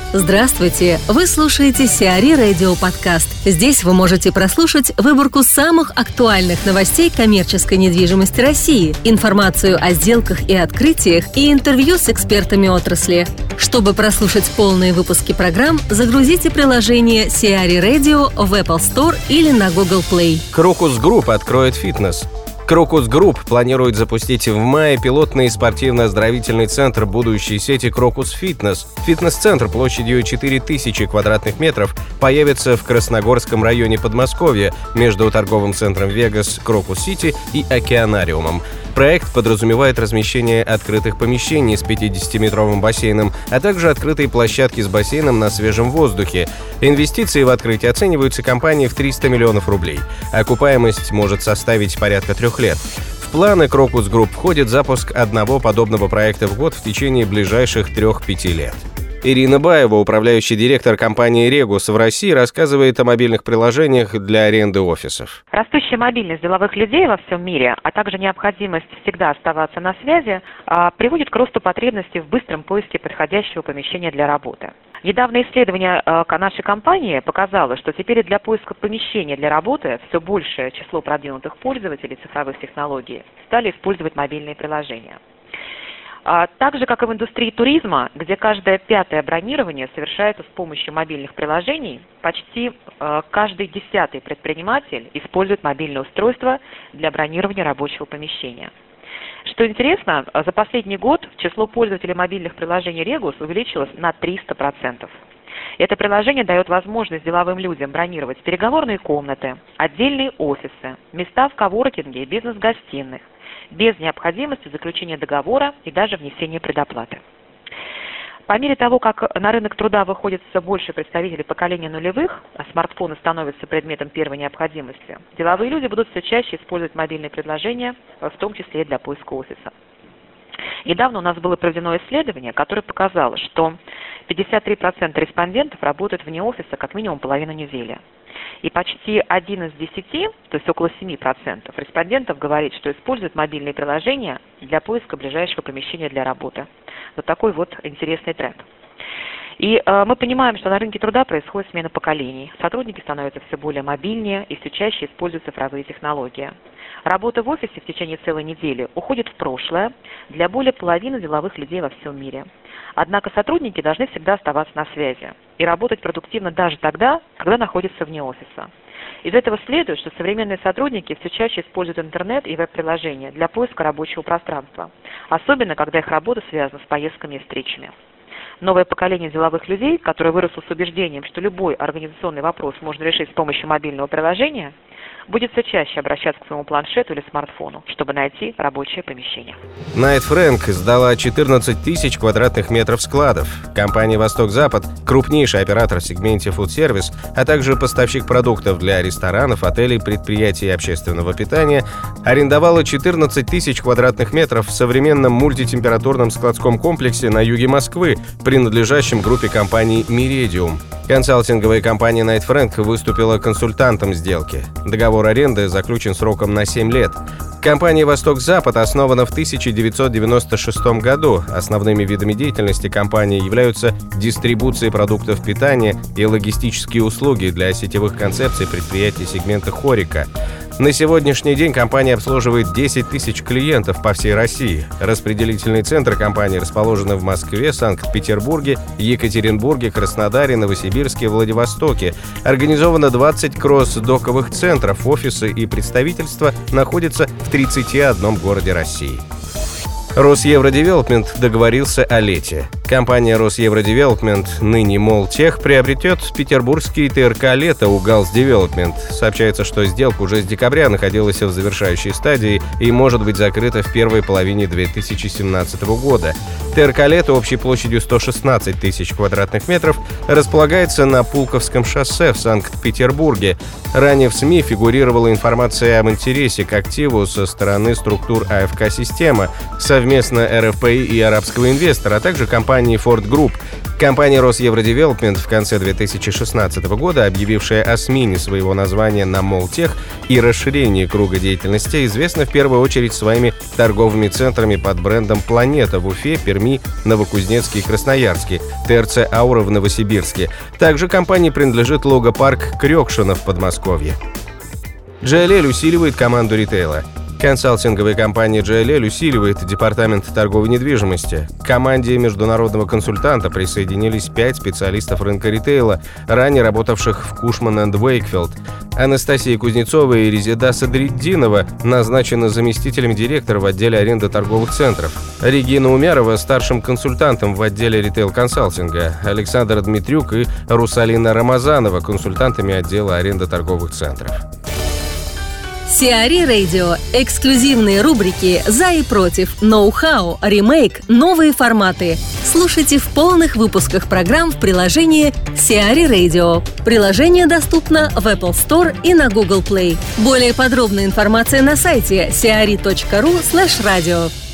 Здравствуйте! Вы слушаете Сиари Радио Подкаст. Здесь вы можете прослушать выборку самых актуальных новостей коммерческой недвижимости России, информацию о сделках и открытиях и интервью с экспертами отрасли. Чтобы прослушать полные выпуски программ, загрузите приложение Сиари Radio в Apple Store или на Google Play. Крокус Групп откроет фитнес. Крокус Групп планирует запустить в мае пилотный спортивно-оздоровительный центр будущей сети Крокус Фитнес. Фитнес-центр площадью 4000 квадратных метров появится в Красногорском районе Подмосковья между торговым центром Вегас, Крокус Сити и Океанариумом. Проект подразумевает размещение открытых помещений с 50-метровым бассейном, а также открытые площадки с бассейном на свежем воздухе. Инвестиции в открытие оцениваются компанией в 300 миллионов рублей. Окупаемость может составить порядка 3 лет. В планы Крокус Групп входит запуск одного подобного проекта в год в течение ближайших 3-5 лет. Ирина Баева, управляющий директор компании «Регус» в России, рассказывает о мобильных приложениях для аренды офисов. Растущая мобильность деловых людей во всем мире, а также необходимость всегда оставаться на связи, приводит к росту потребности в быстром поиске подходящего помещения для работы. Недавнее исследование нашей компании показало, что теперь для поиска помещения для работы все большее число продвинутых пользователей цифровых технологий стали использовать мобильные приложения. Так же, как и в индустрии туризма, где каждое 5-е бронирование совершается с помощью мобильных приложений, почти каждый 10-й предприниматель использует мобильное устройство для бронирования рабочего помещения. Что интересно, за последний год число пользователей мобильных приложений «Регус» увеличилось на 300%. Это приложение дает возможность деловым людям бронировать переговорные комнаты, отдельные офисы, места в коворкинге и бизнес-гостиных, без необходимости заключения договора и даже внесения предоплаты. По мере того, как на рынок труда выходит все больше представителей поколения нулевых, а смартфоны становятся предметом первой необходимости, деловые люди будут все чаще использовать мобильные приложения, в том числе и для поиска офиса. Недавно у нас было проведено исследование, которое показало, что 53% респондентов работают вне офиса как минимум половину недели. И почти 1 из 10, то есть около 7% респондентов говорит, что используют мобильные приложения для поиска ближайшего помещения для работы. Вот такой вот интересный тренд. И мы понимаем, что на рынке труда происходит смена поколений. Сотрудники становятся все более мобильнее и все чаще используют цифровые технологии. Работа в офисе в течение целой недели уходит в прошлое для более половины деловых людей во всем мире. Однако сотрудники должны всегда оставаться на связи и работать продуктивно даже тогда, когда находятся вне офиса. Из этого следует, что современные сотрудники все чаще используют интернет и веб-приложения для поиска рабочего пространства, особенно когда их работа связана с поездками и встречами. Новое поколение деловых людей, которое выросло с убеждением, что любой организационный вопрос можно решить с помощью мобильного приложения, будет все чаще обращаться к своему планшету или смартфону, чтобы найти рабочее помещение. Найт Фрэнк сдала 14 тысяч квадратных метров складов. Компания «Восток-Запад», крупнейший оператор в сегменте фудсервис, а также поставщик продуктов для ресторанов, отелей, предприятий общественного питания, арендовала 14 тысяч квадратных метров в современном мультитемпературном складском комплексе на юге Москвы, принадлежащем группе компаний «Меридиум». Консалтинговая компания Найт Фрэнк выступила консультантом сделки. Договор аренды заключен сроком на 7 лет. Компания «Восток-Запад» основана в 1996 году. Основными видами деятельности компании являются дистрибуция продуктов питания и логистические услуги для сетевых концепций предприятий сегмента «Хорика». На сегодняшний день компания обслуживает 10 тысяч клиентов по всей России. Распределительные центры компании расположены в Москве, Санкт-Петербурге, Екатеринбурге, Краснодаре, Новосибирске, Владивостоке. Организовано 20 кросс-доковых центров, офисы и представительства находятся в 31 городе России. Росевродевелопмент договорился о лете. Компания Росевродевелопмент, ныне Молтех, приобретет петербургский ТРК «Лето» у Галс Девелопмент. Сообщается, что сделка уже с декабря находилась в завершающей стадии и может быть закрыта в первой половине 2017 года. ТРК «Лето» общей площадью 116 тысяч квадратных метров располагается на Пулковском шоссе в Санкт-Петербурге. Ранее в СМИ фигурировала информация об интересе к активу со стороны структур АФК-система, совместно РФПИ и арабского инвестора, а также компании Ford Group. Компания «Росевродевелопмент» в конце 2016 года, объявившая о смене своего названия на «Молтех» и расширении круга деятельности, известна в первую очередь своими торговыми центрами под брендом «Планета» в Уфе, Перми, Новокузнецке и Красноярске, ТРЦ «Аура» в Новосибирске. Также компании принадлежит логопарк «Крёкшина» в Подмосковье. JLL усиливает команду ритейла. Консалтинговая компания JLL усиливает департамент торговой недвижимости. К команде международного консультанта присоединились 5 специалистов рынка ритейла, ранее работавших в Cushman & Wakefield. Анастасия Кузнецова и Резеда Садриддинова назначены заместителем директора в отделе аренды торговых центров. Регина Умярова – старшим консультантом в отделе ритейл-консалтинга. Александр Дмитрюк и Русалина Рамазанова – консультантами отдела аренды торговых центров. Сиари Радио. Эксклюзивные рубрики «За и против», «Ноу-хау», «Ремейк», «Новые форматы». Слушайте в полных выпусках программ в приложении Сиари Radio. Приложение доступно в Apple Store и на Google Play. Более подробная информация на сайте siari.ru/radio.